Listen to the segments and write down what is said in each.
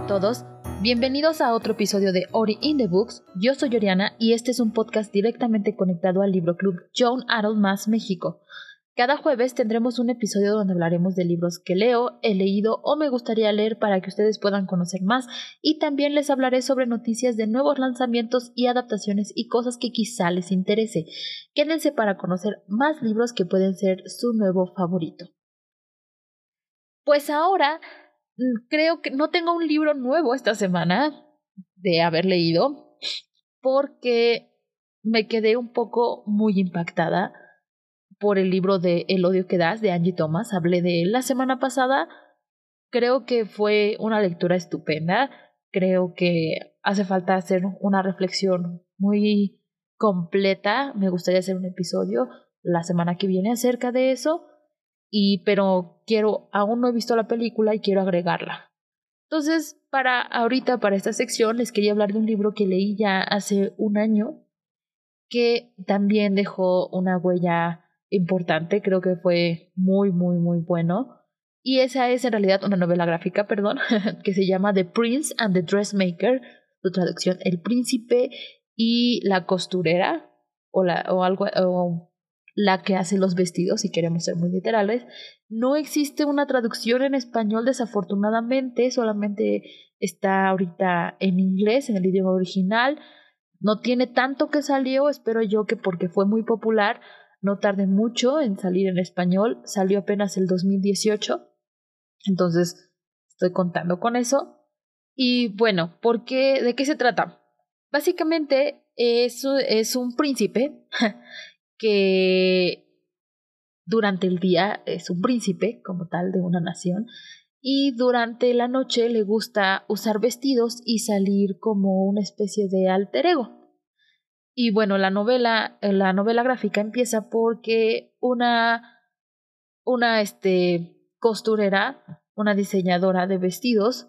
a todos, bienvenidos a otro episodio de Ori in the Books. Yo soy Oriana y este es un podcast directamente conectado al Libro Club Young Adult Más México. Cada jueves tendremos un episodio donde hablaremos de libros que leo, he leído o me gustaría leer para que ustedes puedan conocer más, y también les hablaré sobre noticias de nuevos lanzamientos y adaptaciones y cosas que quizá les interese. Quédense para conocer más libros que pueden ser su nuevo favorito. Pues ahora creo que no tengo un libro nuevo esta semana de haber leído porque me quedé un poco muy impactada por el libro de El odio que das de Angie Thomas. Hablé de él la semana pasada. Creo que fue una lectura estupenda. Creo que hace falta hacer una reflexión muy completa. Me gustaría hacer un episodio la semana que viene acerca de eso. Pero aún no he visto la película y quiero agregarla. Entonces, para esta sección, les quería hablar de un libro que leí ya hace un año, que también dejó una huella importante. Creo que fue muy, muy, muy bueno. Y esa es en realidad una novela gráfica, que se llama The Prince and the Dressmaker, su traducción, El Príncipe y la Costurera, o la que hace los vestidos, si queremos ser muy literales. No existe una traducción en español, desafortunadamente, solamente está ahorita en inglés, en el idioma original. No tiene tanto que salió, espero yo que porque fue muy popular, no tarde mucho en salir en español. Salió apenas el 2018, entonces estoy contando con eso. Y bueno, ¿de qué se trata? Básicamente es un príncipe que durante el día es un príncipe como tal de una nación, y durante la noche le gusta usar vestidos y salir como una especie de alter ego. Y bueno, la novela gráfica empieza porque una costurera, una diseñadora de vestidos,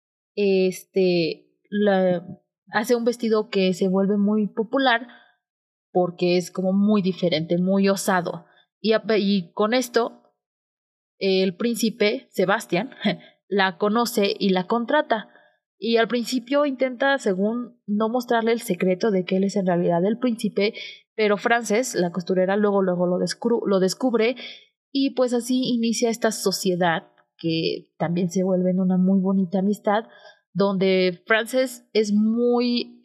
hace un vestido que se vuelve muy popular porque es como muy diferente, muy osado. Y con esto, el príncipe, Sebastián, la conoce y la contrata. Y al principio intenta, según, no mostrarle el secreto de que él es en realidad el príncipe, pero Frances, la costurera, luego lo descubre, y pues así inicia esta sociedad que también se vuelve en una muy bonita amistad, donde Frances es muy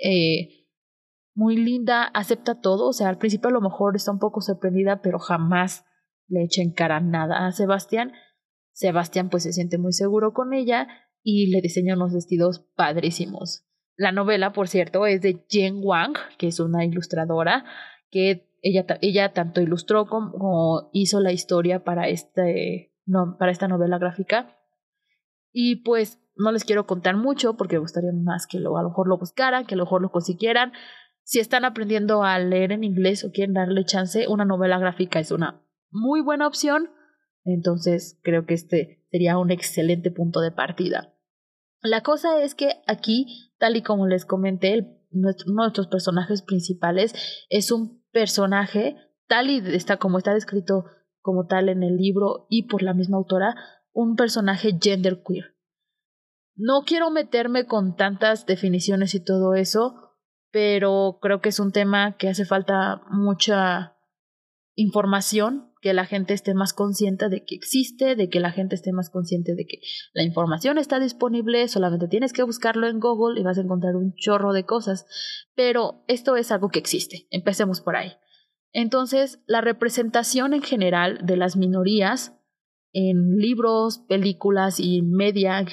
linda, acepta todo. O sea, al principio a lo mejor está un poco sorprendida, pero jamás le echa en cara nada a Sebastián. Sebastián pues se siente muy seguro con ella y le diseña unos vestidos padrísimos. La novela, por cierto, es de Jen Wang, que es una ilustradora, que ella tanto ilustró como hizo la historia para esta novela gráfica. Y pues no les quiero contar mucho porque me gustaría más que a lo mejor lo buscaran, que a lo mejor lo consiguieran. Si están aprendiendo a leer en inglés o quieren darle chance, una novela gráfica es una muy buena opción. Entonces creo que este sería un excelente punto de partida. La cosa es que aquí, tal y como les comenté, uno de nuestros personajes principales es un personaje tal y como está descrito como tal en el libro y por la misma autora, un personaje genderqueer. No quiero meterme con tantas definiciones y todo eso, pero creo que es un tema que hace falta mucha información, que la gente esté más consciente de que existe, de que la gente esté más consciente de que la información está disponible, solamente tienes que buscarlo en Google y vas a encontrar un chorro de cosas, pero esto es algo que existe, empecemos por ahí. Entonces, la representación en general de las minorías en libros, películas y media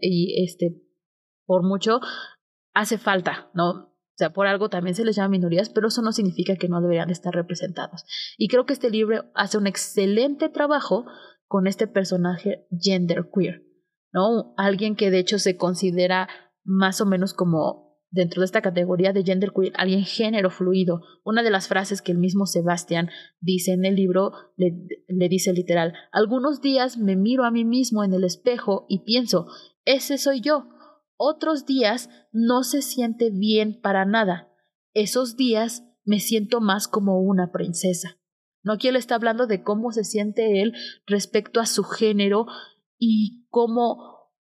por mucho hace falta, ¿no? O sea, por algo también se les llama minorías, pero eso no significa que no deberían estar representados. Y creo que este libro hace un excelente trabajo con este personaje genderqueer, ¿no? Alguien que de hecho se considera más o menos como dentro de esta categoría de genderqueer, alguien género fluido. Una de las frases que el mismo Sebastián dice en el libro, le dice literal: algunos días me miro a mí mismo en el espejo y pienso, ese soy yo. Otros días no se siente bien para nada. Esos días me siento más como una princesa. No, aquí él está hablando de cómo se siente él respecto a su género y cómo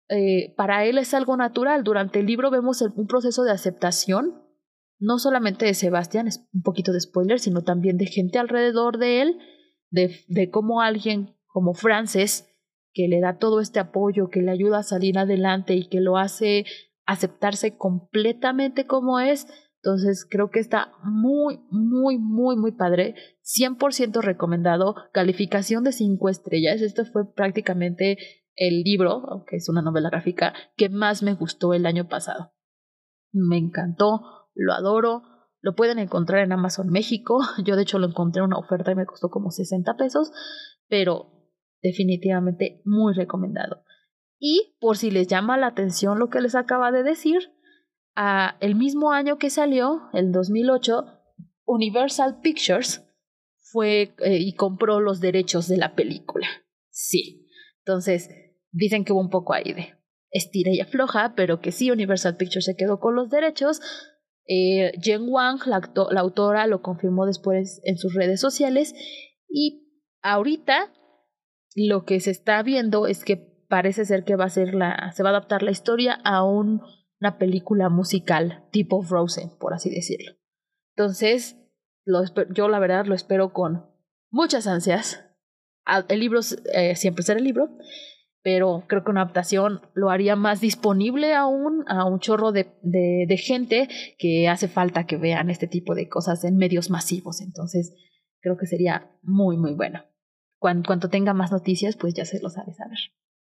para él es algo natural. Durante el libro vemos un proceso de aceptación, no solamente de Sebastián, es un poquito de spoiler, sino también de gente alrededor de él, de cómo alguien como Frances, que le da todo este apoyo, que le ayuda a salir adelante y que lo hace aceptarse completamente como es. Entonces creo que está muy, muy, muy, muy padre. 100% recomendado. Calificación de 5 estrellas. Este fue prácticamente el libro, aunque es una novela gráfica, que más me gustó el año pasado. Me encantó, lo adoro. Lo pueden encontrar en Amazon México. Yo de hecho lo encontré en una oferta y me costó como 60 pesos, pero definitivamente muy recomendado. Y por si les llama la atención lo que les acaba de decir, el mismo año que salió, el 2008, Universal Pictures fue y compró los derechos de la película. Sí. Entonces, dicen que hubo un poco ahí de estira y afloja, pero que sí, Universal Pictures se quedó con los derechos. Jen Wang, la autora, lo confirmó después en sus redes sociales. Y ahorita lo que se está viendo es que parece ser que se va a adaptar la historia a una película musical tipo Frozen, por así decirlo. Entonces, yo la verdad lo espero con muchas ansias. El libro siempre será el libro, pero creo que una adaptación lo haría más disponible aún a un chorro de gente que hace falta que vean este tipo de cosas en medios masivos. Entonces, creo que sería muy, muy bueno. Cuanto tenga más noticias, pues ya se los haré saber.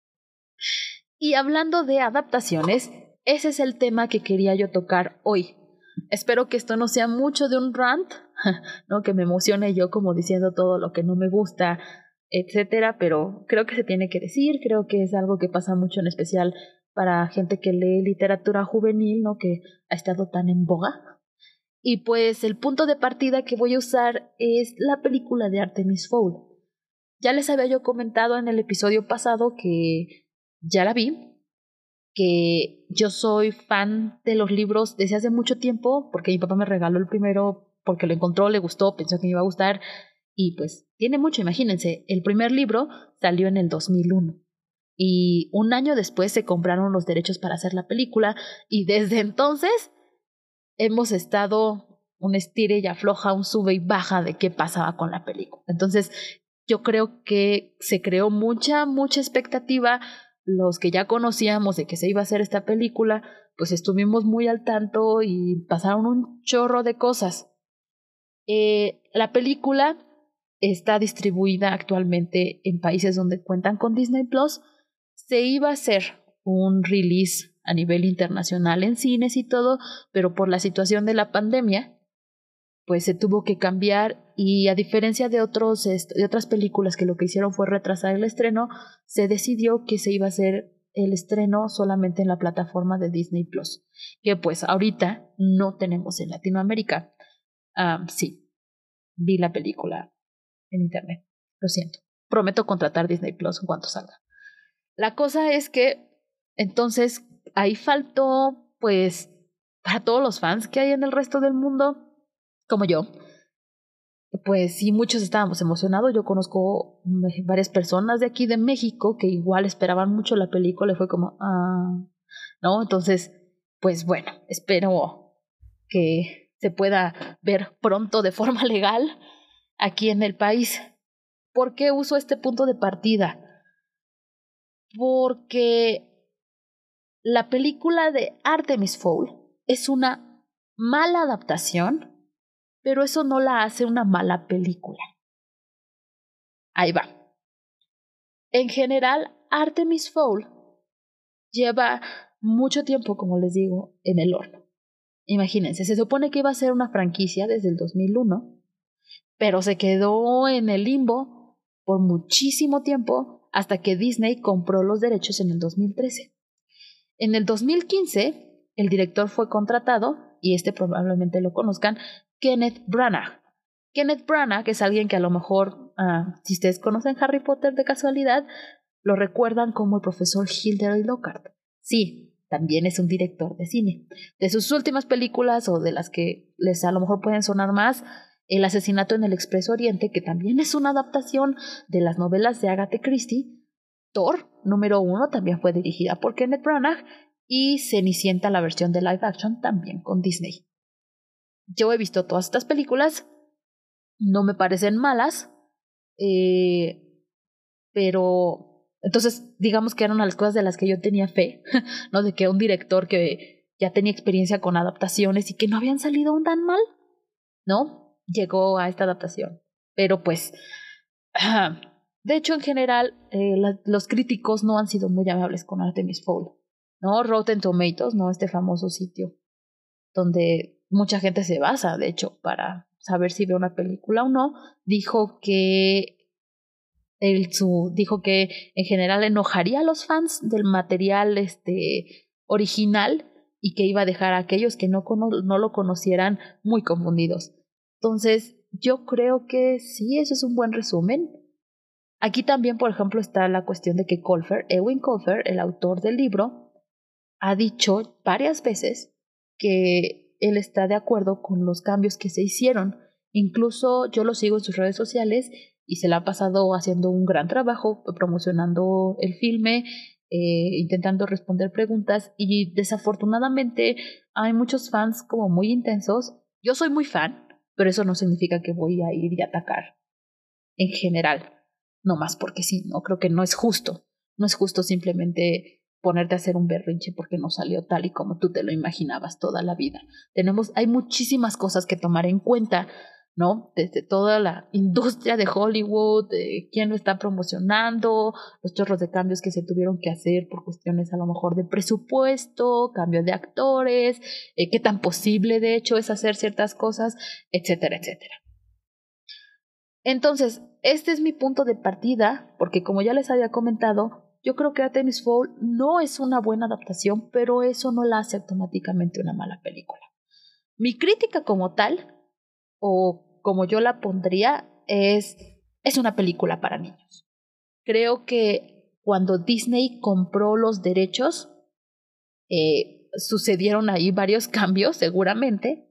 Y hablando de adaptaciones, ese es el tema que quería yo tocar hoy. Espero que esto no sea mucho de un rant, ¿no? Que me emocione yo como diciendo todo lo que no me gusta, etcétera, pero creo que se tiene que decir, creo que es algo que pasa mucho en especial para gente que lee literatura juvenil, ¿no? Que ha estado tan en boga. Y pues el punto de partida que voy a usar es la película de Artemis Fowl. Ya les había yo comentado en el episodio pasado que ya la vi, que yo soy fan de los libros desde hace mucho tiempo, porque mi papá me regaló el primero porque lo encontró, le gustó, pensó que me iba a gustar, y pues tiene mucho, imagínense, el primer libro salió en el 2001, y un año después se compraron los derechos para hacer la película, y desde entonces hemos estado un estire y afloja, un sube y baja de qué pasaba con la película. Entonces, yo creo que se creó mucha, mucha expectativa. Los que ya conocíamos de que se iba a hacer esta película, pues estuvimos muy al tanto y pasaron un chorro de cosas. La película está distribuida actualmente en países donde cuentan con Disney Plus. Se iba a hacer un release a nivel internacional en cines y todo, pero por la situación de la pandemia, pues se tuvo que cambiar, y a diferencia de otras películas que lo que hicieron fue retrasar el estreno, se decidió que se iba a hacer el estreno solamente en la plataforma de Disney Plus, que pues ahorita no tenemos en Latinoamérica. Sí, vi la película en internet, lo siento. Prometo contratar Disney Plus en cuanto salga. La cosa es que entonces ahí faltó, pues, para todos los fans que hay en el resto del mundo, como yo, pues sí, muchos estábamos emocionados. Yo conozco varias personas de aquí de México que igual esperaban mucho la película y fue como, ¿no? Entonces, pues bueno, espero que se pueda ver pronto de forma legal aquí en el país. ¿Por qué uso este punto de partida? Porque la película de Artemis Fowl es una mala adaptación, pero eso no la hace una mala película. Ahí va. En general, Artemis Fowl lleva mucho tiempo, como les digo, en el horno. Imagínense, se supone que iba a ser una franquicia desde el 2001, pero se quedó en el limbo por muchísimo tiempo hasta que Disney compró los derechos en el 2013. En el 2015, el director fue contratado, y probablemente lo conozcan, Kenneth Branagh. Kenneth Branagh es alguien que a lo mejor, si ustedes conocen Harry Potter de casualidad, lo recuerdan como el profesor Gilderoy Lockhart. Sí, también es un director de cine. De sus últimas películas, o de las que les a lo mejor pueden sonar más, El asesinato en el Expreso Oriente, que también es una adaptación de las novelas de Agatha Christie, Thor número 1 también fue dirigida por Kenneth Branagh y Cenicienta, la versión de live action, también con Disney. Yo he visto todas estas películas, no me parecen malas, pero entonces digamos que eran una de las cosas de las que yo tenía fe, ¿no? De que un director que ya tenía experiencia con adaptaciones y que no habían salido tan mal, ¿no? Llegó a esta adaptación. Pero pues, de hecho, en general, los críticos no han sido muy amables con Artemis Fowl, ¿no? Rotten Tomatoes, ¿no? Este famoso sitio donde mucha gente se basa, de hecho, para saber si ve una película o no, dijo que en general enojaría a los fans del material original y que iba a dejar a aquellos que no lo conocieran muy confundidos. Entonces, yo creo que sí, eso es un buen resumen. Aquí también, por ejemplo, está la cuestión de que Ewan Colfer, el autor del libro, ha dicho varias veces que él está de acuerdo con los cambios que se hicieron. Incluso yo lo sigo en sus redes sociales y se la ha pasado haciendo un gran trabajo promocionando el filme, intentando responder preguntas, y desafortunadamente hay muchos fans como muy intensos. Yo soy muy fan, pero eso no significa que voy a ir y atacar en general, no más porque sí, no creo que no es justo. No es justo simplemente ponerte a hacer un berrinche porque no salió tal y como tú te lo imaginabas toda la vida. Hay muchísimas cosas que tomar en cuenta, ¿no? Desde toda la industria de Hollywood, de quién lo está promocionando, los chorros de cambios que se tuvieron que hacer por cuestiones a lo mejor de presupuesto, cambio de actores, qué tan posible de hecho es hacer ciertas cosas, etcétera, etcétera. Entonces, este es mi punto de partida, porque como ya les había comentado, yo creo que Artemis Fowl no es una buena adaptación, pero eso no la hace automáticamente una mala película. Mi crítica como tal, o como yo la pondría, es una película para niños. Creo que cuando Disney compró los derechos, sucedieron ahí varios cambios, seguramente,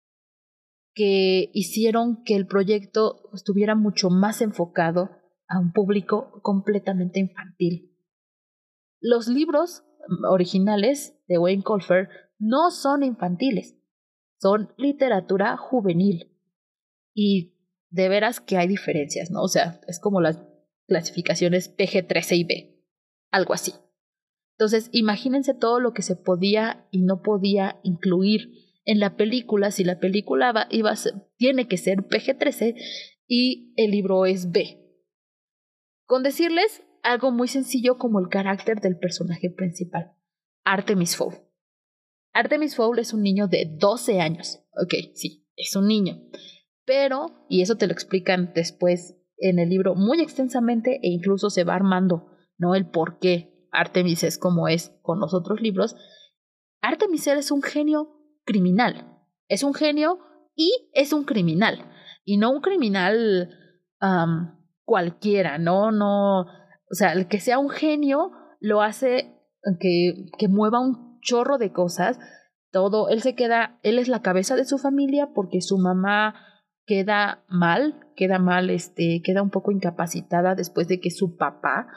que hicieron que el proyecto estuviera mucho más enfocado a un público completamente infantil. Los libros originales de Wayne Colfer no son infantiles, son literatura juvenil. Y de veras que hay diferencias, ¿no? O sea, es como las clasificaciones PG-13 y B, algo así. Entonces, imagínense todo lo que se podía y no podía incluir en la película si la película tiene que ser PG-13 y el libro es B. Con decirles algo muy sencillo como el carácter del personaje principal, Artemis Fowl. Artemis Fowl es un niño de 12 años. Ok, sí, es un niño. Pero, y eso te lo explican después en el libro muy extensamente e incluso se va armando, ¿no? El por qué Artemis es como es con los otros libros. Artemis es un genio criminal. Es un genio y es un criminal. Y no un criminal cualquiera, ¿no? No, o sea, el que sea un genio lo hace que mueva un chorro de cosas. Todo, él es la cabeza de su familia porque su mamá queda mal, queda un poco incapacitada después de que su papá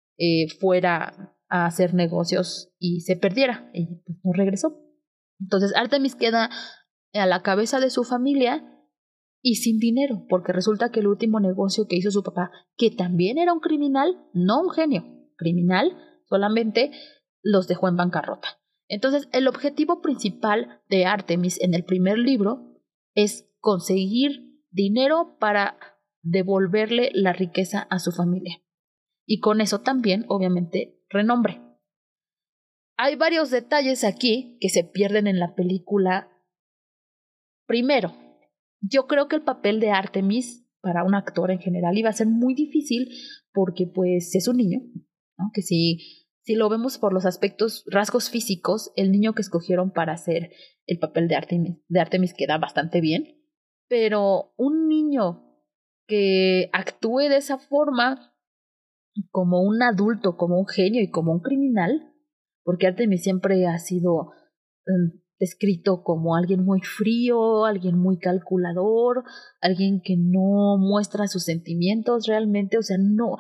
fuera a hacer negocios y se perdiera y pues no regresó. Entonces Artemis queda a la cabeza de su familia y sin dinero, porque resulta que el último negocio que hizo su papá, que también era un criminal, no un genio, criminal, solamente los dejó en bancarrota. Entonces el objetivo principal de Artemis en el primer libro es conseguir dinero para devolverle la riqueza a su familia. Y con eso también, obviamente, renombre. Hay varios detalles aquí que se pierden en la película. Primero, yo creo que el papel de Artemis para un actor en general iba a ser muy difícil porque pues es un niño, ¿no? Que si lo vemos por los rasgos físicos, el niño que escogieron para hacer el papel de Artemis queda bastante bien, pero un niño que actúe de esa forma como un adulto, como un genio y como un criminal, porque Artemis siempre ha sido descrito como alguien muy frío, alguien muy calculador, alguien que no muestra sus sentimientos realmente, o sea, no,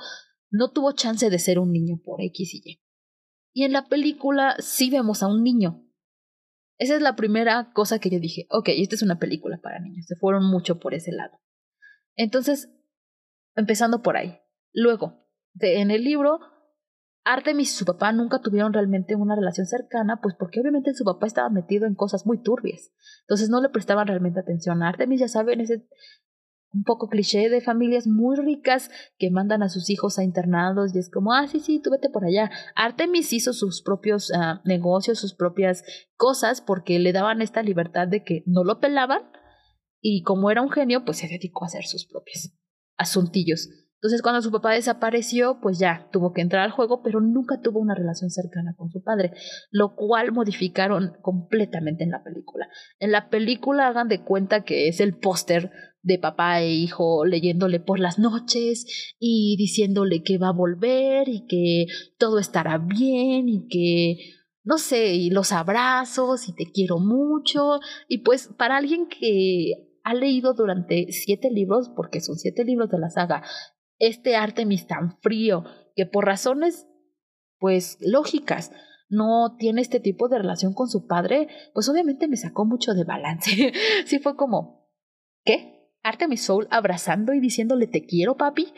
no tuvo chance de ser un niño por X y Y. Y en la película sí vemos a un niño. Esa es la primera cosa que yo dije, ok, esta es una película para niños, se fueron mucho por ese lado. Entonces, empezando por ahí. Luego, en el libro, Artemis y su papá nunca tuvieron realmente una relación cercana, pues porque obviamente su papá estaba metido en cosas muy turbias. Entonces no le prestaban realmente atención a Artemis, ya saben, ese un poco cliché de familias muy ricas que mandan a sus hijos a internados y es como, sí, tú vete por allá. Artemis hizo sus propios negocios, sus propias cosas porque le daban esta libertad de que no lo pelaban y como era un genio, pues se dedicó a hacer sus propios asuntillos. Entonces cuando su papá desapareció, pues ya tuvo que entrar al juego, pero nunca tuvo una relación cercana con su padre, lo cual modificaron completamente en la película. En la película hagan de cuenta que es el póster de papá e hijo leyéndole por las noches y diciéndole que va a volver y que todo estará bien y que, no sé, y los abrazos y te quiero mucho. Y pues para alguien que ha leído durante 7 libros, porque son 7 libros de la saga, este Artemis tan frío, que por razones, pues, lógicas, no tiene este tipo de relación con su padre, pues obviamente me sacó mucho de balance. Sí fue como, ¿qué? ¿Artemis Soul abrazando y diciéndole te quiero, papi?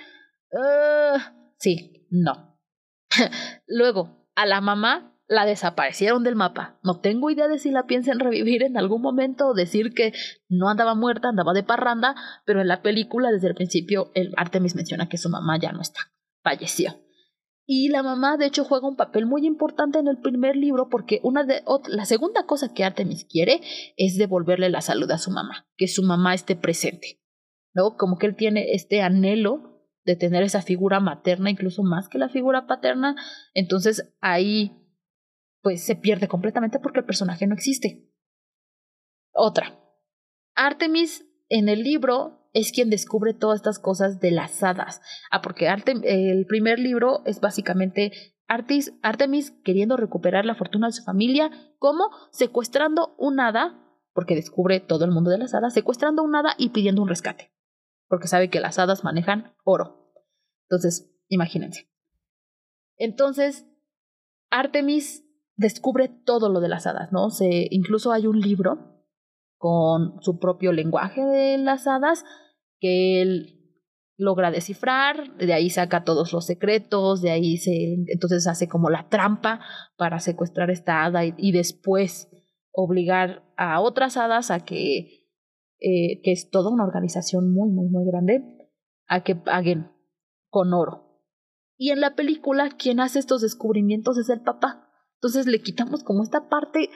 Sí, no. Luego, a la mamá la desaparecieron del mapa. No tengo idea de si la piensan revivir en algún momento o decir que no andaba muerta, andaba de parranda, pero en la película desde el principio el Artemis menciona que su mamá ya no está, falleció. Y la mamá de hecho juega un papel muy importante en el primer libro porque la segunda cosa que Artemis quiere es devolverle la salud a su mamá, que su mamá esté presente, ¿no? Como que él tiene este anhelo de tener esa figura materna, incluso más que la figura paterna, entonces ahí pues se pierde completamente porque el personaje no existe. Otra, Artemis en el libro es quien descubre todas estas cosas de las hadas. Porque el primer libro es básicamente Artemis queriendo recuperar la fortuna de su familia, como secuestrando un hada, porque descubre todo el mundo de las hadas, secuestrando un hada y pidiendo un rescate, porque sabe que las hadas manejan oro. Entonces, imagínense. Entonces, Artemis descubre todo lo de las hadas, ¿no? Incluso hay un libro con su propio lenguaje de las hadas que él logra descifrar, de ahí saca todos los secretos, de ahí entonces hace como la trampa para secuestrar esta hada y después obligar a otras hadas a que es toda una organización muy, muy, muy grande, a que paguen con oro. Y en la película, quien hace estos descubrimientos es el papá. Entonces le quitamos como esta parte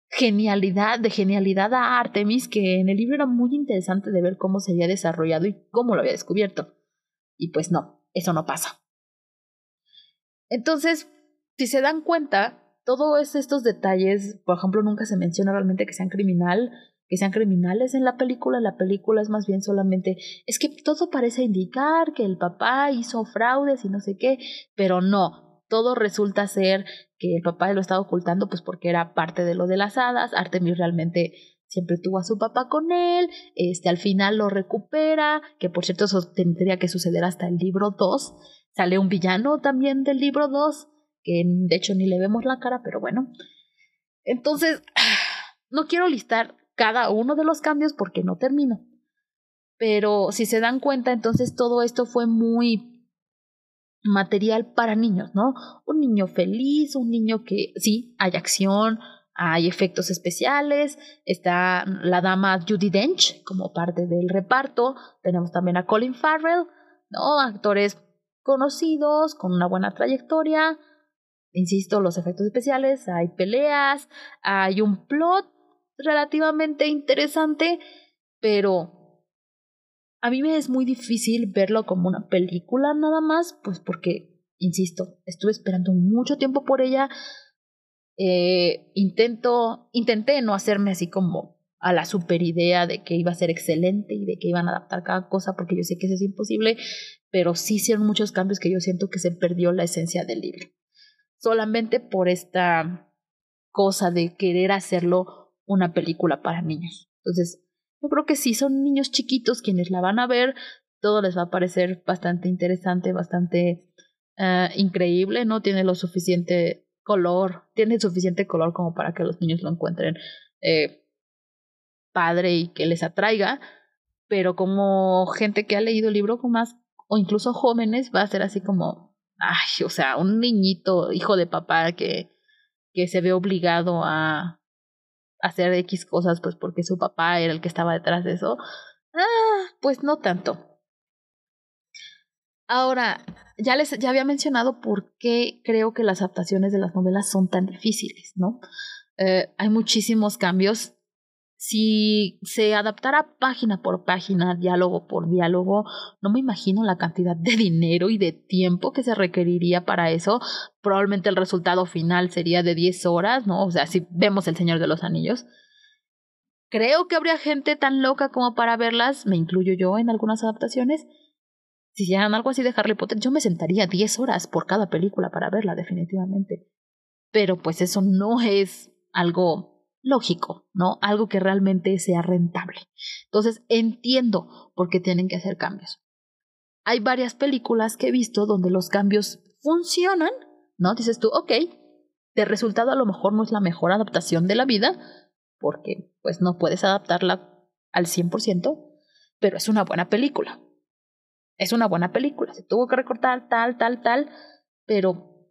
de genialidad a Artemis, que en el libro era muy interesante de ver cómo se había desarrollado y cómo lo había descubierto. Y pues no, eso no pasa. Entonces, si se dan cuenta, todos estos detalles, por ejemplo, nunca se menciona realmente que sean criminales en la película es más bien solamente, es que todo parece indicar que el papá hizo fraudes y no sé qué, pero no, todo resulta ser que el papá lo estaba ocultando pues porque era parte de lo de las hadas. Artemis realmente siempre tuvo a su papá con él, al final lo recupera, que por cierto eso tendría que suceder hasta el libro 2, sale un villano también del libro 2, que de hecho ni le vemos la cara, pero bueno. Entonces, no quiero listar cada uno de los cambios porque no termino. Pero si se dan cuenta, entonces todo esto fue muy material para niños, ¿no? Un niño feliz, un niño que sí, hay acción, hay efectos especiales, está la dama Judi Dench como parte del reparto, tenemos también a Colin Farrell, ¿no? Actores conocidos, con una buena trayectoria, insisto, los efectos especiales, hay peleas, hay un plot relativamente interesante, pero a mí me es muy difícil verlo como una película nada más, pues porque, insisto, estuve esperando mucho tiempo por ella. Intenté no hacerme así como a la super idea de que iba a ser excelente y de que iban a adaptar cada cosa, porque yo sé que eso es imposible, pero sí hicieron muchos cambios que yo siento que se perdió la esencia del libro. Solamente por esta cosa de querer hacerlo una película para niños. Entonces, yo creo que si son niños chiquitos quienes la van a ver, todo les va a parecer bastante interesante, bastante increíble, no tiene tiene suficiente color como para que los niños lo encuentren padre y que les atraiga, pero como gente que ha leído el libro con más, o incluso jóvenes, va a ser así como, ay, o sea, un niñito, hijo de papá que se ve obligado a hacer X cosas, pues porque su papá era el que estaba detrás de eso. Pues no tanto. Ahora, ya había mencionado por qué creo que las adaptaciones de las novelas son tan difíciles, ¿no? Hay muchísimos cambios. Si se adaptara página por página, diálogo por diálogo, no me imagino la cantidad de dinero y de tiempo que se requeriría para eso. Probablemente el resultado final sería de 10 horas, ¿no? O sea, si vemos El Señor de los Anillos. Creo que habría gente tan loca como para verlas, me incluyo yo en algunas adaptaciones. Si hicieran algo así de Harry Potter, yo me sentaría 10 horas por cada película para verla, definitivamente. Pero pues eso no es algo lógico, ¿no? Algo que realmente sea rentable. Entonces entiendo por qué tienen que hacer cambios. Hay varias películas que he visto donde los cambios funcionan, ¿no? Dices tú, ok, de resultado a lo mejor no es la mejor adaptación de la vida, porque pues no puedes adaptarla al 100%, pero es una buena película. Es una buena película. Se tuvo que recortar tal, pero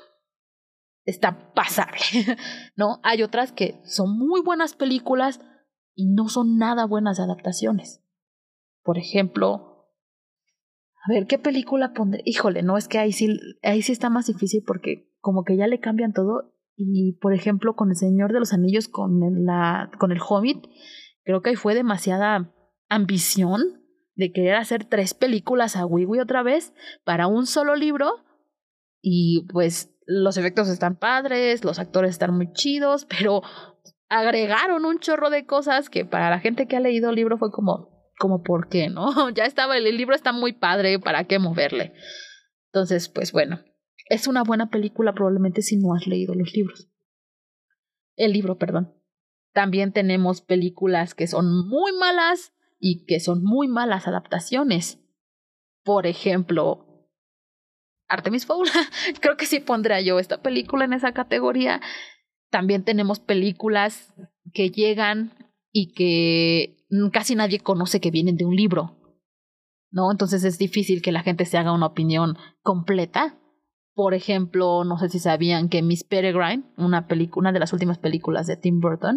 está pasable, ¿no? Hay otras que son muy buenas películas y no son nada buenas adaptaciones. Por ejemplo, a ver, ¿qué película pondré? Híjole, no, es que ahí sí está más difícil porque como que ya le cambian todo. Y, por ejemplo, con El Señor de los Anillos, con el Hobbit, creo que ahí fue demasiada ambición de querer hacer 3 películas a Wiwi otra vez para un solo libro. Y pues los efectos están padres, los actores están muy chidos, pero agregaron un chorro de cosas que para la gente que ha leído el libro fue como ¿por qué, no? Ya estaba, el libro está muy padre, ¿para qué moverle? Entonces, pues bueno, es una buena película probablemente si no has leído los libros. El libro, perdón. También tenemos películas que son muy malas y que son muy malas adaptaciones. Por ejemplo, Artemis Fowl. Creo que sí pondría yo esta película en esa categoría. También tenemos películas que llegan y que casi nadie conoce que vienen de un libro, ¿no? Entonces es difícil que la gente se haga una opinión completa. Por ejemplo, no sé si sabían que Miss Peregrine, una de las últimas películas de Tim Burton,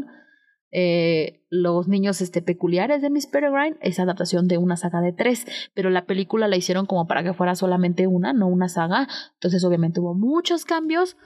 Los niños peculiares de Miss Peregrine es adaptación de una saga de 3, pero la película la hicieron como para que fuera solamente una, no una saga. Entonces obviamente hubo muchos cambios.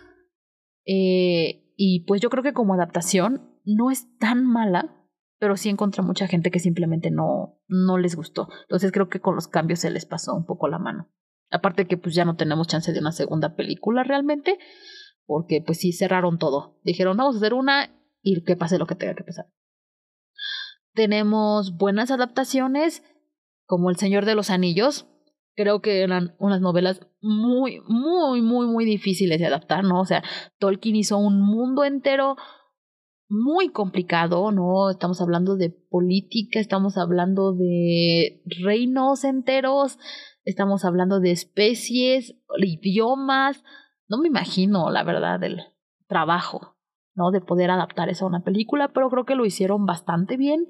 Y pues yo creo que como adaptación no es tan mala, pero sí encontré mucha gente que simplemente no les gustó. Entonces creo que con los cambios se les pasó un poco la mano. Aparte que pues ya no tenemos chance de una segunda película realmente, porque pues sí cerraron todo. Dijeron, vamos a hacer una y que pase lo que tenga que pasar. Tenemos buenas adaptaciones, como El Señor de los Anillos. Creo que eran unas novelas muy, muy, muy, muy difíciles de adaptar, ¿no? O sea, Tolkien hizo un mundo entero muy complicado, ¿no? Estamos hablando de política, estamos hablando de reinos enteros, estamos hablando de especies, idiomas. No me imagino, la verdad, el trabajo, ¿no? De poder adaptar eso a una película, pero creo que lo hicieron bastante bien.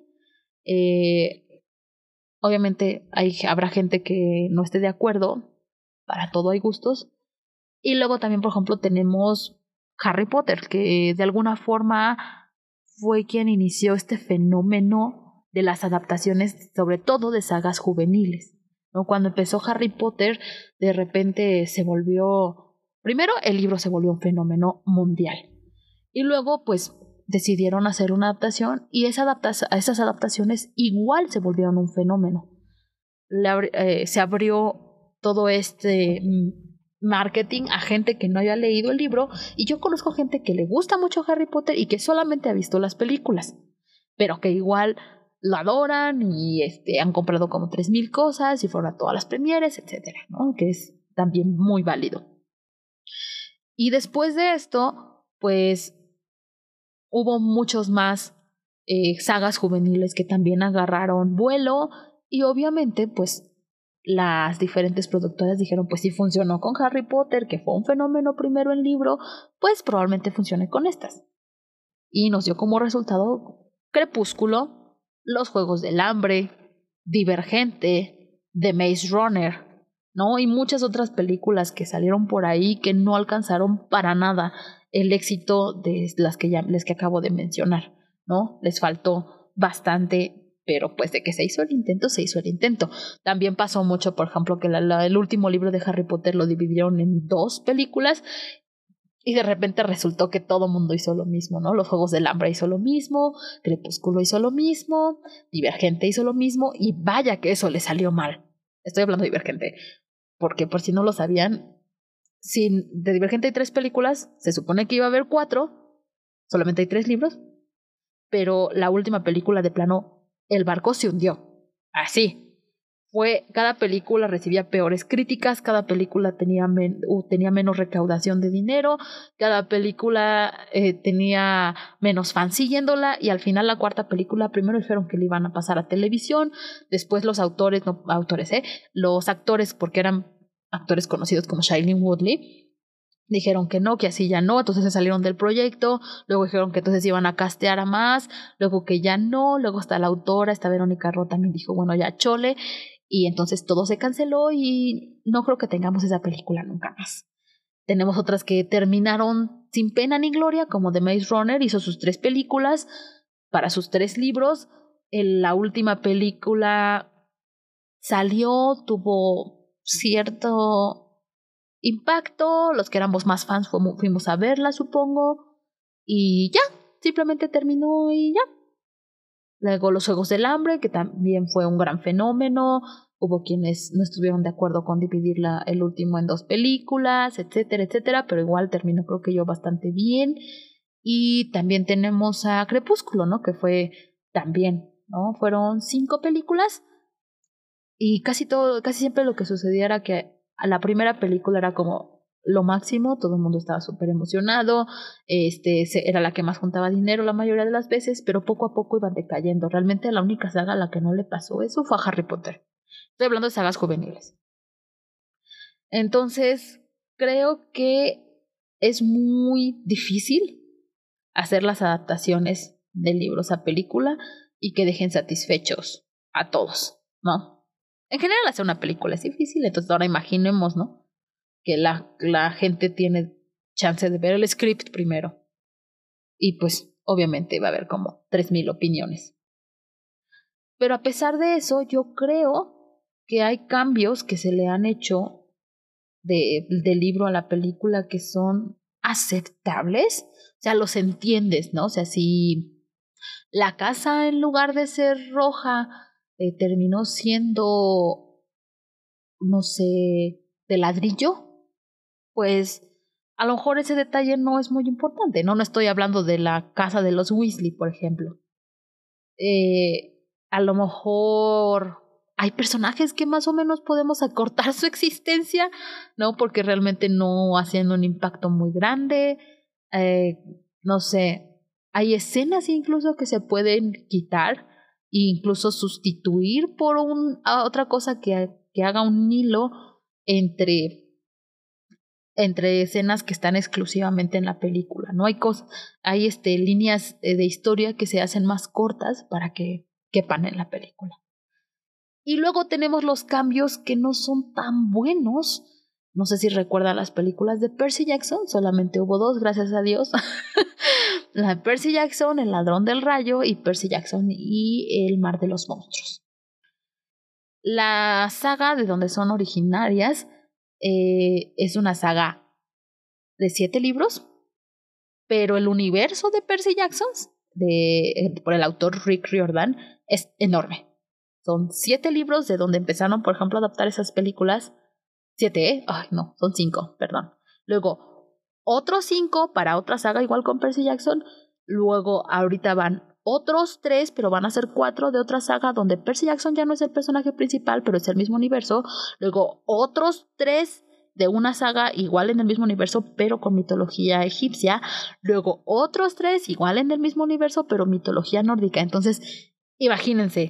Obviamente habrá gente que no esté de acuerdo, para todo hay gustos. Y luego también, por ejemplo, tenemos Harry Potter, que de alguna forma fue quien inició este fenómeno de las adaptaciones, sobre todo de sagas juveniles, ¿no? Cuando empezó Harry Potter, de repente primero el libro se volvió un fenómeno mundial. Y luego, pues, decidieron hacer una adaptación y esas adaptaciones igual se volvieron un fenómeno. Se abrió todo marketing a gente que no había leído el libro, y yo conozco gente que le gusta mucho Harry Potter y que solamente ha visto las películas, pero que igual lo adoran y han comprado como 3,000 cosas y fueron a todas las premieres, etcétera, ¿no? Que es también muy válido. Y después de esto, pues hubo muchos más sagas juveniles que también agarraron vuelo y obviamente pues las diferentes productoras dijeron, pues si funcionó con Harry Potter, que fue un fenómeno primero en libro, pues probablemente funcione con estas. Y nos dio como resultado Crepúsculo, Los Juegos del Hambre, Divergente, The Maze Runner, ¿no? Y muchas otras películas que salieron por ahí que no alcanzaron para nada el éxito de las que acabo de mencionar, ¿no? Les faltó bastante, pero pues de que se hizo el intento, se hizo el intento. También pasó mucho, por ejemplo, que el último libro de Harry Potter lo dividieron en 2 películas y de repente resultó que todo el mundo hizo lo mismo, ¿no? Los Juegos del Hambre hizo lo mismo, Crepúsculo hizo lo mismo, Divergente hizo lo mismo y vaya que eso le salió mal. Estoy hablando de Divergente, porque por si no lo sabían, de Divergente hay 3 películas, se supone que iba a haber 4, solamente hay 3 libros, pero la última película de plano, el barco se hundió. Así. Cada película recibía peores críticas, cada película tenía menos recaudación de dinero, cada película tenía menos fans siguiéndola, y al final la 4ª película primero dijeron que le iban a pasar a televisión, después los los actores, porque eran actores conocidos como Shailene Woodley, dijeron que no, que así ya no, entonces se salieron del proyecto, luego dijeron que entonces iban a castear a más, luego que ya no, luego está la autora, esta Verónica Roth también dijo, bueno, ya chole, y entonces todo se canceló y no creo que tengamos esa película nunca más. Tenemos otras que terminaron sin pena ni gloria, como The Maze Runner, hizo sus 3 películas para sus 3 libros, la última película salió, tuvo cierto impacto, los que éramos más fans fuimos a verla, supongo, y ya, simplemente terminó y ya. Luego Los Juegos del Hambre, que también fue un gran fenómeno, hubo quienes no estuvieron de acuerdo con dividir el último en 2 películas, etcétera, etcétera, pero igual terminó creo que yo bastante bien. Y también tenemos a Crepúsculo, ¿no? Que fue también, ¿no? Fueron 5 películas y casi siempre lo que sucedía era que a la primera película era como lo máximo, todo el mundo estaba súper emocionado, era la que más juntaba dinero la mayoría de las veces, pero poco a poco iban decayendo. Realmente la única saga a la que no le pasó eso fue a Harry Potter. Estoy hablando de sagas juveniles. Entonces, creo que es muy difícil hacer las adaptaciones de libros a película y que dejen satisfechos a todos, ¿no? En general hacer una película es difícil, entonces ahora imaginemos, ¿no? Que la gente tiene chance de ver el script primero. Y pues obviamente va a haber como 3000 opiniones. Pero a pesar de eso, yo creo que hay cambios que se le han hecho del libro a la película que son aceptables. O sea, los entiendes, ¿no? O sea, si la casa en lugar de ser roja terminó siendo, no sé, de ladrillo, pues a lo mejor ese detalle no es muy importante, ¿no? No estoy hablando de la casa de los Weasley, por ejemplo. A lo mejor hay personajes que más o menos podemos acortar su existencia, ¿no? Porque realmente no hacen un impacto muy grande. No sé, hay escenas incluso que se pueden quitar e incluso sustituir por otra cosa que haga un hilo entre escenas que están exclusivamente en la película, ¿no? Hay líneas de historia que se hacen más cortas para que quepan en la película. Y luego tenemos los cambios que no son tan buenos. No sé si recuerdan las películas de Percy Jackson, solamente hubo 2, gracias a Dios. La de Percy Jackson, El Ladrón del Rayo, y Percy Jackson y El Mar de los Monstruos. La saga de donde son originarias es una saga de 7 libros, pero el universo de Percy Jackson, por el autor Rick Riordan, es enorme. Son 7 libros de donde empezaron, por ejemplo, a adaptar esas películas. 7, ¿eh? Ay, no, son 5, perdón. Luego, otros 5 para otra saga igual con Percy Jackson. Luego, ahorita van otros 3, pero van a ser 4 de otra saga donde Percy Jackson ya no es el personaje principal, pero es el mismo universo. Luego, otros 3 de una saga igual en el mismo universo, pero con mitología egipcia. Luego, otros 3 igual en el mismo universo, pero mitología nórdica. Entonces, imagínense,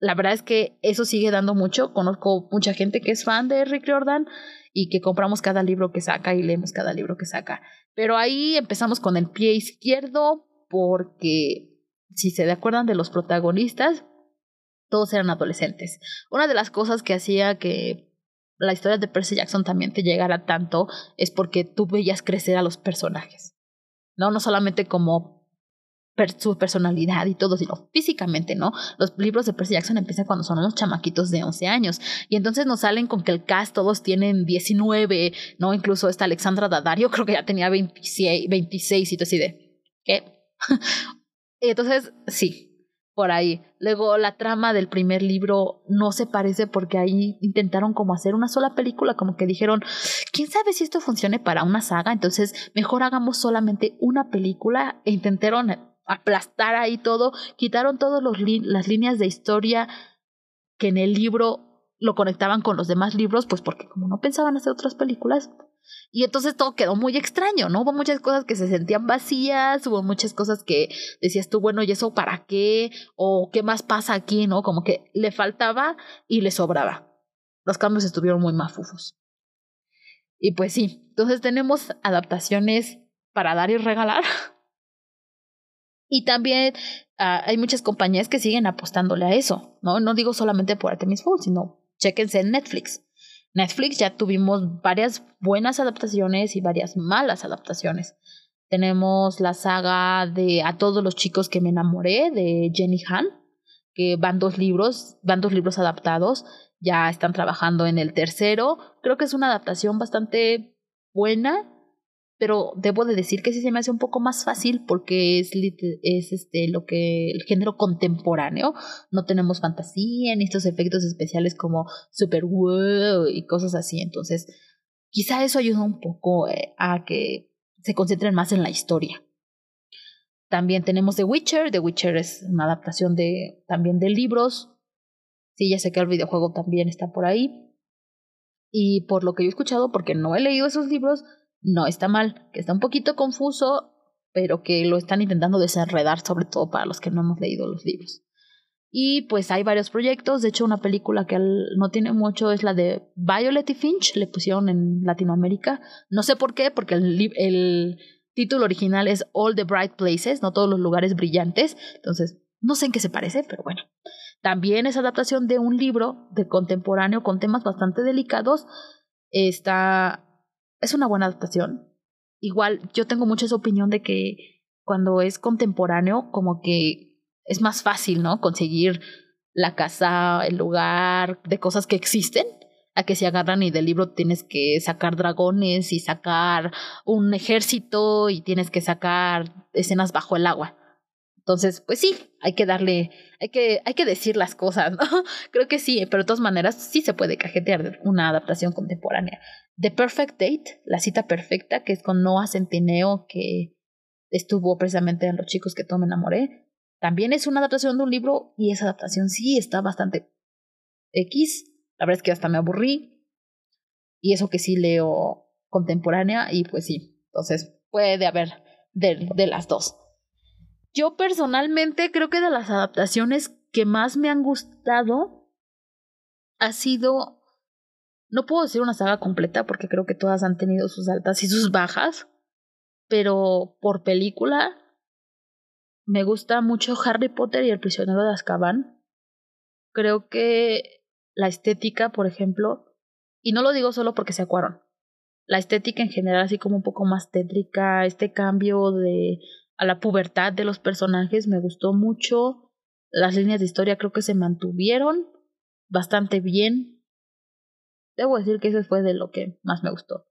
la verdad es que eso sigue dando mucho. Conozco mucha gente que es fan de Rick Riordan y que compramos cada libro que saca y leemos cada libro que saca. Pero ahí empezamos con el pie izquierdo porque, si se acuerdan de los protagonistas, todos eran adolescentes. Una de las cosas que hacía que la historia de Percy Jackson también te llegara tanto es porque tú veías crecer a los personajes, ¿no? No solamente como su personalidad y todo, sino físicamente, ¿no? Los libros de Percy Jackson empiezan cuando son unos chamaquitos de 11 años y entonces nos salen con que el cast todos tienen 19, ¿no? Incluso esta Alexandra Daddario creo que ya tenía 26 y todo así de, ¿qué? Y entonces, sí, por ahí. Luego la trama del primer libro no se parece porque ahí intentaron como hacer una sola película, como que dijeron, quién sabe si esto funcione para una saga, entonces mejor hagamos solamente una película e intentaron aplastar ahí todo, quitaron todas las líneas de historia que en el libro lo conectaban con los demás libros, pues porque como no pensaban hacer otras películas, y entonces todo quedó muy extraño, ¿no? Hubo muchas cosas que se sentían vacías, hubo muchas cosas que decías tú, bueno, ¿y eso para qué? ¿O qué más pasa aquí, no? Como que le faltaba y le sobraba. Los cambios estuvieron muy mafufos. Y pues sí, entonces tenemos adaptaciones para dar y regalar. Y también hay muchas compañías que siguen apostándole a eso, ¿no? No digo solamente por Artemis Fowl, sino chéquense en Netflix. Netflix ya tuvimos varias buenas adaptaciones y varias malas adaptaciones. Tenemos la saga de A todos los chicos que me enamoré de Jenny Han, que van dos libros adaptados, ya están trabajando en el tercero. Creo que es una adaptación bastante buena, pero debo de decir que sí se me hace un poco más fácil porque es lo que el género contemporáneo. No tenemos fantasía ni estos efectos especiales como super wow y cosas así. Entonces, quizá eso ayuda un poco a que se concentren más en la historia. También tenemos The Witcher. The Witcher es una adaptación también de libros. Sí, ya sé que el videojuego también está por ahí. Y por lo que yo he escuchado, porque no he leído esos libros, no está mal, que está un poquito confuso, pero que lo están intentando desenredar, sobre todo para los que no hemos leído los libros. Y pues hay varios proyectos, de hecho una película que no tiene mucho es la de Violet y Finch, le pusieron en Latinoamérica, no sé por qué, porque el título original es All the Bright Places, no todos los lugares brillantes, entonces no sé en qué se parece, pero bueno. También es adaptación de un libro de contemporáneo con temas bastante delicados. Es una buena adaptación. Igual yo tengo mucha esa opinión de que cuando es contemporáneo como que es más fácil, ¿no? Conseguir la casa, el lugar de cosas que existen, a que se agarran y del libro tienes que sacar dragones y sacar un ejército y tienes que sacar escenas bajo el agua. Entonces, pues sí, hay que decir las cosas, ¿no? Creo que sí, pero de todas maneras sí se puede cajetear una adaptación contemporánea. The Perfect Date, la cita perfecta, que es con Noah Centineo, que estuvo precisamente en Los chicos que todo me enamoré. También es una adaptación de un libro y esa adaptación sí está bastante X. La verdad es que hasta me aburrí. Y eso que sí leo contemporánea y pues sí. Entonces puede haber de las dos. Yo personalmente creo que de las adaptaciones que más me han gustado ha sido, no puedo decir una saga completa porque creo que todas han tenido sus altas y sus bajas, pero por película me gusta mucho Harry Potter y el prisionero de Azkaban. Creo que la estética, por ejemplo, y no lo digo solo porque se acuaron, la estética en general así como un poco más tétrica, este cambio a la pubertad de los personajes me gustó mucho. Las líneas de historia creo que se mantuvieron bastante bien. Debo decir que ese fue de lo que más me gustó.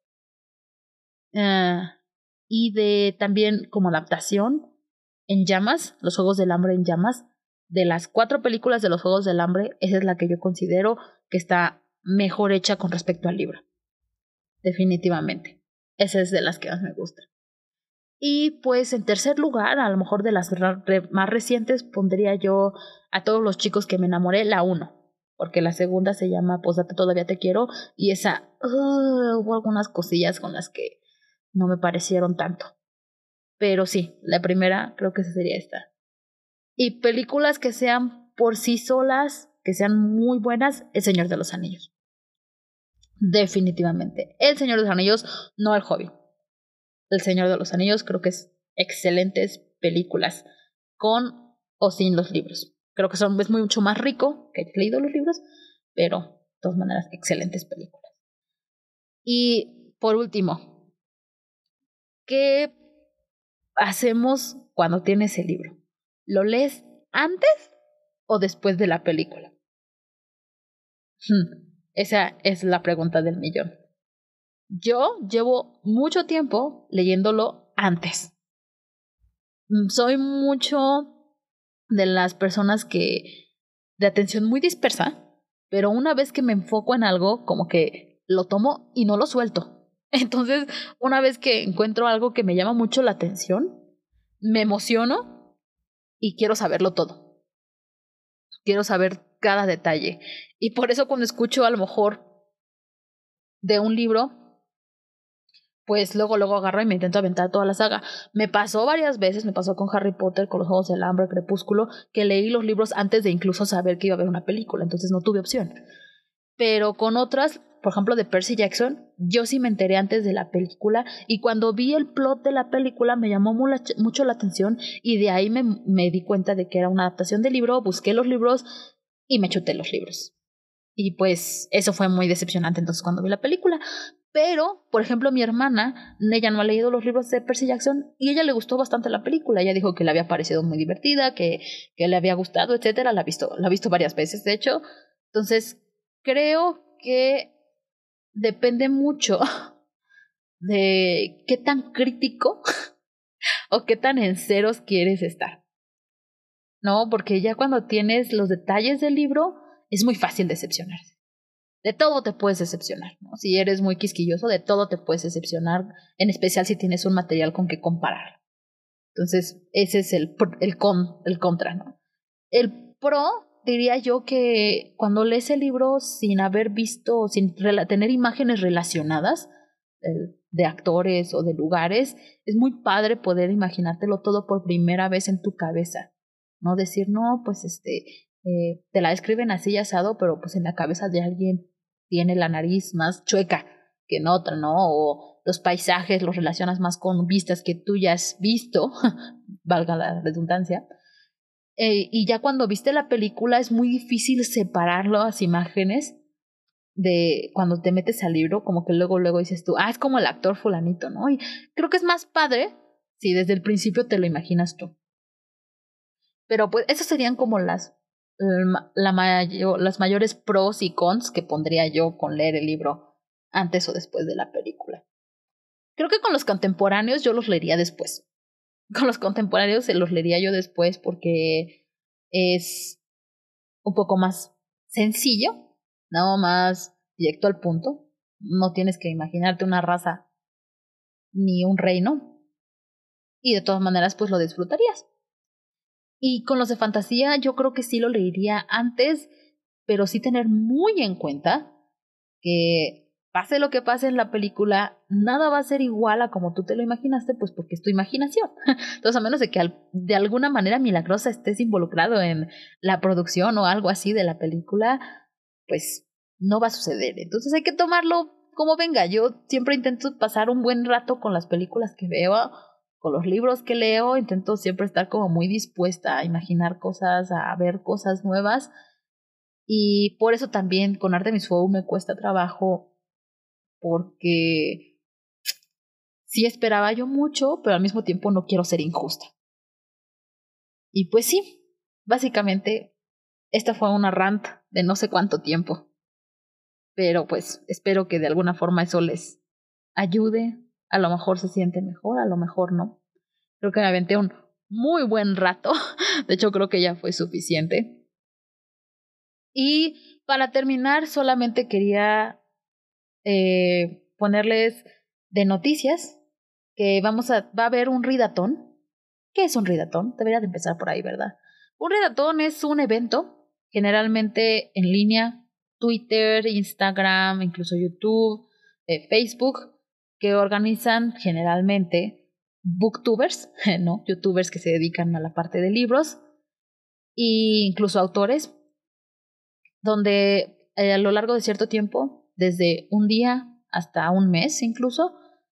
Y de también como adaptación, En Llamas, Los Juegos del Hambre en Llamas. De las 4 películas de Los Juegos del Hambre, esa es la que yo considero que está mejor hecha con respecto al libro. Definitivamente. Esa es de las que más me gusta. Y pues en tercer lugar, a lo mejor de las más recientes, pondría yo A todos los chicos que me enamoré, la 1. Porque la segunda se llama Posdata todavía te quiero. Y esa, hubo algunas cosillas con las que no me parecieron tanto. Pero sí, la primera creo que esa sería esta. Y películas que sean por sí solas, que sean muy buenas, El Señor de los Anillos. Definitivamente. El Señor de los Anillos, no El Hobbit. El Señor de los Anillos creo que es excelentes películas, con o sin los libros. Creo que es mucho más rico que hayas leído los libros, pero de todas maneras, excelentes películas. Y por último, ¿qué hacemos cuando tienes el libro? ¿Lo lees antes o después de la película? Esa es la pregunta del millón. Yo llevo mucho tiempo leyéndolo antes. Soy mucho de las personas de atención muy dispersa, pero una vez que me enfoco en algo, como que lo tomo y no lo suelto. Entonces, una vez que encuentro algo que me llama mucho la atención, me emociono y quiero saberlo todo. Quiero saber cada detalle. Y por eso cuando escucho a lo mejor de un libro, pues luego agarro y me intento aventar toda la saga. Me pasó varias veces, me pasó con Harry Potter, con los Juegos del Hambre, Crepúsculo, que leí los libros antes de incluso saber que iba a haber una película, entonces no tuve opción. Pero con otras, por ejemplo de Percy Jackson, yo sí me enteré antes de la película y cuando vi el plot de la película me llamó mucho la atención y de ahí me di cuenta de que era una adaptación del libro, busqué los libros y me chuté los libros. Y pues eso fue muy decepcionante entonces cuando vi la película. Pero, por ejemplo, mi hermana, ella no ha leído los libros de Percy Jackson y a ella le gustó bastante la película. Ella dijo que le había parecido muy divertida, que le había gustado, etcétera. La ha visto varias veces, de hecho. Entonces, creo que depende mucho de qué tan crítico o qué tan en ceros quieres estar. ¿No? Porque ya cuando tienes los detalles del libro, es muy fácil decepcionarse. De todo te puedes decepcionar, ¿no? Si eres muy quisquilloso, de todo te puedes decepcionar, en especial si tienes un material con que comparar. Entonces, ese es el contra, ¿no? El pro, diría yo que cuando lees el libro sin haber visto, sin tener imágenes relacionadas de actores o de lugares, es muy padre poder imaginártelo todo por primera vez en tu cabeza, ¿no? Decir, no, pues te la describen así asado, pero pues en la cabeza de alguien tiene la nariz más chueca que en otra, ¿no? O los paisajes los relacionas más con vistas que tú ya has visto, valga la redundancia. Y ya cuando viste la película es muy difícil separar las imágenes de cuando te metes al libro, como que luego dices tú, es como el actor fulanito, ¿no? Y creo que es más padre si desde el principio te lo imaginas tú. Pero pues esas serían como las mayores pros y cons que pondría yo con leer el libro antes o después de la película. Creo que con los contemporáneos yo los leería después. Con los contemporáneos se los leería yo después porque es un poco más sencillo, ¿no? Más directo al punto. No tienes que imaginarte una raza ni un reino. Y de todas maneras, pues lo disfrutarías. Y con los de fantasía, yo creo que sí lo leería antes, pero sí tener muy en cuenta que pase lo que pase en la película, nada va a ser igual a como tú te lo imaginaste, pues porque es tu imaginación. Entonces, a menos de que de alguna manera milagrosa estés involucrado en la producción o algo así de la película, pues no va a suceder. Entonces hay que tomarlo como venga. Yo siempre intento pasar un buen rato con las películas que veo, con los libros que leo, intento siempre estar como muy dispuesta a imaginar cosas, a ver cosas nuevas. Y por eso también con Artemis Fowl me cuesta trabajo, porque sí esperaba yo mucho, pero al mismo tiempo no quiero ser injusta. Y pues sí, básicamente esta fue una rant de no sé cuánto tiempo. Pero pues espero que de alguna forma eso les ayude. A lo mejor se siente mejor, a lo mejor no. Creo que me aventé un muy buen rato. De hecho, creo que ya fue suficiente. Y para terminar, solamente quería ponerles de noticias que va a haber un ridatón. ¿Qué es un ridatón? Debería de empezar por ahí, ¿verdad? Un ridatón es un evento, generalmente en línea, Twitter, Instagram, incluso YouTube, Facebook, que organizan generalmente booktubers, ¿no? YouTubers que se dedican a la parte de libros, e incluso autores, donde a lo largo de cierto tiempo, desde un día hasta un mes incluso,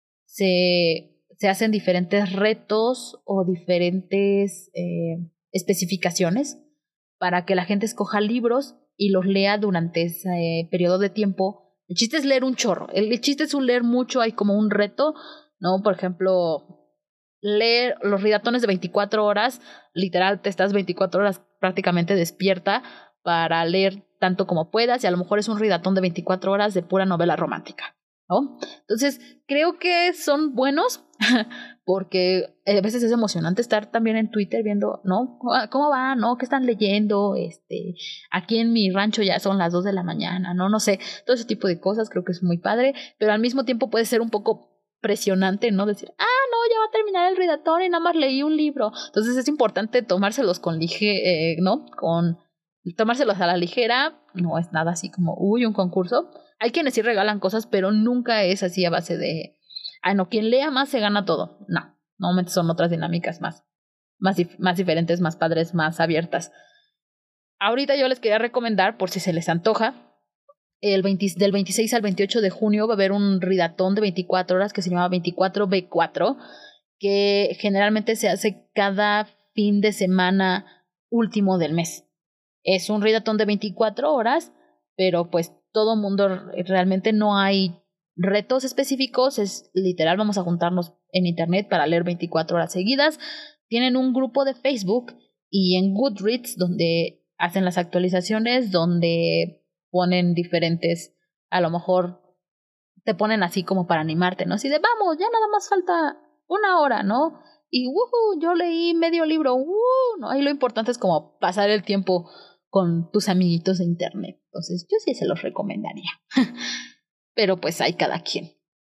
se hacen diferentes retos o diferentes especificaciones para que la gente escoja libros y los lea durante ese periodo de tiempo. El chiste es leer un chorro, el chiste es leer mucho, hay como un reto, ¿no? Por ejemplo, leer los ridatones de 24 horas, literal te estás 24 horas prácticamente despierta para leer tanto como puedas, y a lo mejor es un ridatón de 24 horas de pura novela romántica, ¿no? Entonces, creo que son buenos porque a veces es emocionante estar también en Twitter viendo, ¿no? ¿Cómo va? ¿No? ¿Qué están leyendo? Aquí en mi rancho ya son las 2 de la mañana, ¿no? No sé, todo ese tipo de cosas creo que es muy padre, pero al mismo tiempo puede ser un poco presionante, ¿no? Decir, no, ya va a terminar el redatón y nada más leí un libro. Entonces es importante tomárselos ¿no? Tomárselos a la ligera, no es nada así como, un concurso. Hay quienes sí regalan cosas, pero nunca es así a base de, no, quien lea más se gana todo. No, normalmente son otras dinámicas más diferentes, más padres, más abiertas. Ahorita yo les quería recomendar, por si se les antoja, del 26 al 28 de junio va a haber un ridatón de 24 horas que se llama 24B4, que generalmente se hace cada fin de semana último del mes. Es un ridatón de 24 horas, pero pues todo mundo, realmente no hay retos específicos, es literal, vamos a juntarnos en internet para leer 24 horas seguidas. Tienen un grupo de Facebook y en Goodreads donde hacen las actualizaciones, donde ponen diferentes, a lo mejor te ponen así como para animarte, ¿no? Así de, vamos, ya nada más falta una hora, ¿no? Y yo leí medio libro, ¿no? Ahí lo importante es como pasar el tiempo con tus amiguitos de internet. Entonces, yo sí se los recomendaría. Pero pues hay cada quien.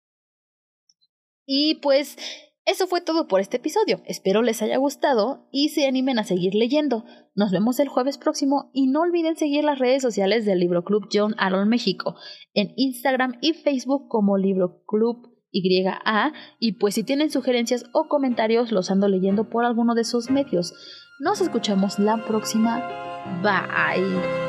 Y pues eso fue todo por este episodio. Espero les haya gustado y se animen a seguir leyendo. Nos vemos el jueves próximo y no olviden seguir las redes sociales del Libro Club John Arnold México en Instagram y Facebook como Libro Club YA, y pues si tienen sugerencias o comentarios los ando leyendo por alguno de esos medios. Nos escuchamos la próxima. Bye.